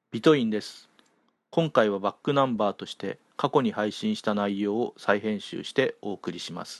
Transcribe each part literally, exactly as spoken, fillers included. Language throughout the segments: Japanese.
ビトインです。今回はバックナンバーとして過去に配信した内容を再編集してお送りします。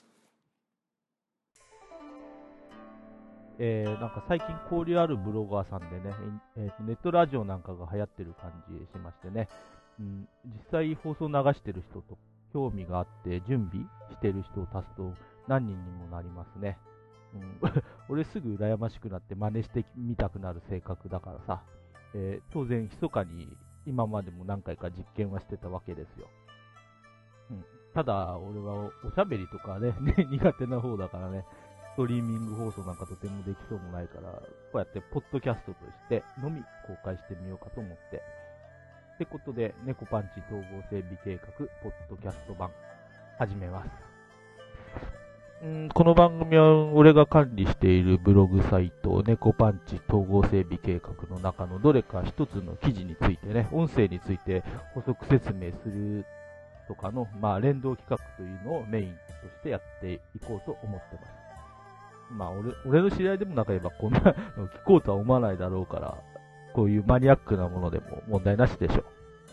えー、なんか最近交流あるブロガーさんでね、えーネットラジオなんかが流行ってる感じしましてね、うん、実際放送流してる人と興味があって準備してる人を足すと何人にもなりますね。うん、俺すぐ羨ましくなって真似してみたくなる性格だからさ、えー当然密かに今までも何回か実験はしてたわけですよ。うん、ただ、俺はおしゃべりとかね、ね苦手な方だからね、ストリーミング放送なんかとてもできそうもないから、こうやってポッドキャストとしてのみ公開してみようかと思って。ってことで、猫パンチ統合整備計画、ポッドキャスト版、始めます。うん、この番組は俺が管理しているブログサイト、猫パンチ統合整備計画の中のどれか一つの記事についてね、音声について補足説明するとかの、まあ、連動企画というのをメインとしてやっていこうと思ってます。まあ、俺、俺の知り合いでもなければこんなの聞こうとは思わないだろうから、こういうマニアックなものでも問題なしでしょう。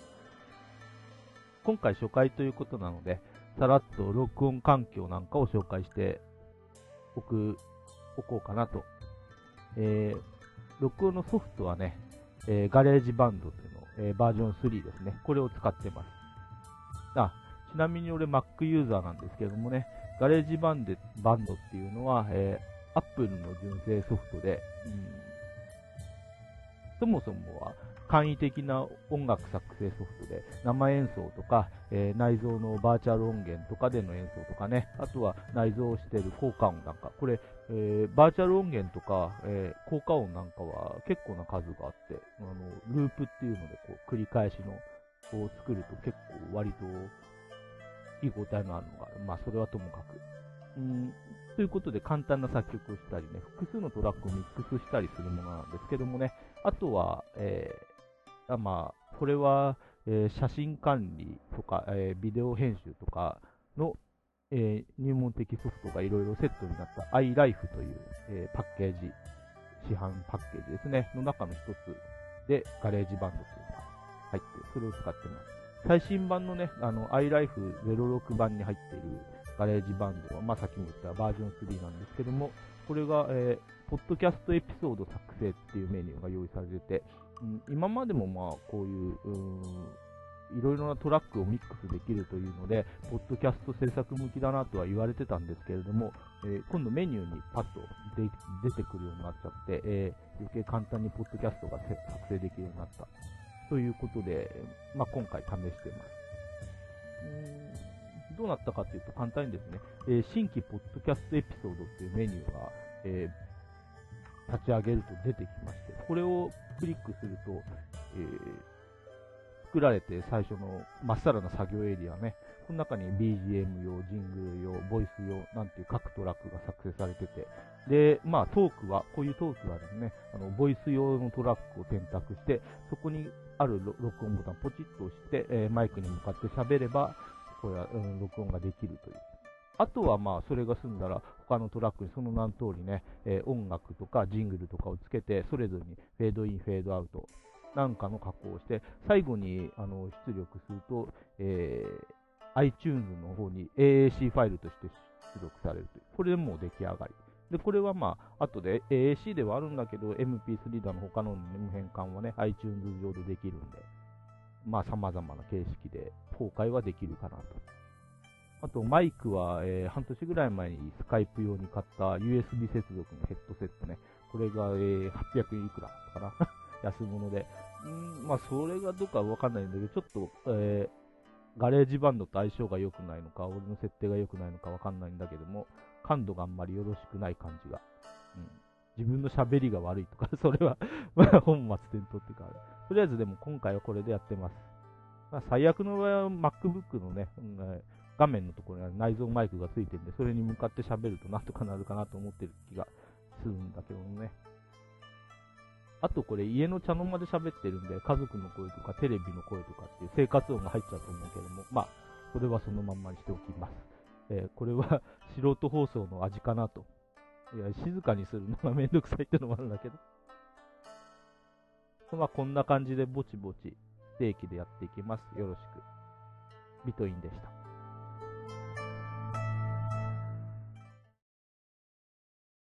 今回初回ということなので、さらっと録音環境なんかを紹介しておく、おこうかなと。えー、録音のソフトはね、えー、ガレージバンドというの、えー、バージョンスリーですね。これを使ってます。あ、ちなみに俺 Mac ユーザーなんですけどもね、ガレージバンドバンドっていうのは、えー、Apple の純正ソフトで、うん、そもそもは簡易的な音楽作成ソフトで、生演奏とか、えー内蔵のバーチャル音源とかでの演奏とかね、あとは内蔵している効果音なんか、これ、えーバーチャル音源とか、えー効果音なんかは結構な数があって、あのループっていうのでこう繰り返しのを作ると結構割といい応えのあるのがある。まあそれはともかく。うん、ということで簡単な作曲をしたりね、複数のトラックをミックスしたりするものなんですけどもね、あとは、えー、あまあ、これは、えー写真管理とか、えービデオ編集とかの、えー入門的ソフトがいろいろセットになった iLife という、えーパッケージ、市販パッケージですね、の中の一つでガレージバンドというのが入って、それを使ってます。最新版のね、あの iLife ゼロろく版に入っているガレージバンドは、まあ、さっきも言ったバージョンスリーなんですけども、これが、えー、ポッドキャストエピソード作成っていうメニューが用意されてて、うん、今までもまあ、こういう、うーんいろいろなトラックをミックスできるというので、ポッドキャスト制作向きだなとは言われてたんですけれども、えー今度メニューにパッとで出てくるようになっちゃって、えー余計簡単にポッドキャストがせ作成できるようになったということで、まあ、今回試しています。うーんどうなったかというと簡単にですね、えー新規ポッドキャストエピソードっていうメニューが、えー立ち上げると出てきまして、これをクリックすると、えー作られて最初のまっさらな作業エリアね、この中に ビージーエム 用、ジングル用、ボイス用なんていう各トラックが作成されてて、で、まあトークは、こういうトークはですね、あの、ボイス用のトラックを選択して、そこにあるろ録音ボタンポチッと押して、えーマイクに向かって喋れば、これは、うん、録音ができるという。あとはまあ、それが済んだら、他のトラックにその名の通りね、えー音楽とかジングルとかをつけて、それぞれにフェードイン、フェードアウトなんかの加工をして、最後にあの出力すると、えー iTunes の方に エーエーシー ファイルとして出力されるという。これでもう出来上がり。で、これはまあ、後で エーエーシー ではあるんだけど、エムピースリー だの他の無変換はね、iTunes 上でできるんで、まあ、様々な形式で公開はできるかなと。あと、マイクは、えー半年ぐらい前にスカイプ用に買った ユーエスビー 接続のヘッドセットね。これが、えーはっぴゃくえんいくらだったかな安物で。うん、まあ、それがどうかわかんないんだけど、ちょっと、えーガレージバンドと相性が良くないのか、俺の設定が良くないのかわかんないんだけども、感度があんまりよろしくない感じが。うん、自分の喋りが悪いとか、それはまあ、本末転倒っていうか、とりあえずでも今回はこれでやってます。まあ、最悪の場合は MacBook のね、うん画面のところに内蔵マイクがついてるんで、それに向かって喋るとなんとかなるかなと思ってる気がするんだけどね。あとこれ家の茶の間で喋ってるんで、家族の声とかテレビの声とかっていう生活音が入っちゃうと思うけども、まあ、それはそのまんまにしておきます。えーこれは素人放送の味かなと。いや、静かにするのがめんどくさいってのもあるんだけど。 まあ、こんな感じでぼちぼち不定期でやっていきます。よろしく。ビトインでした。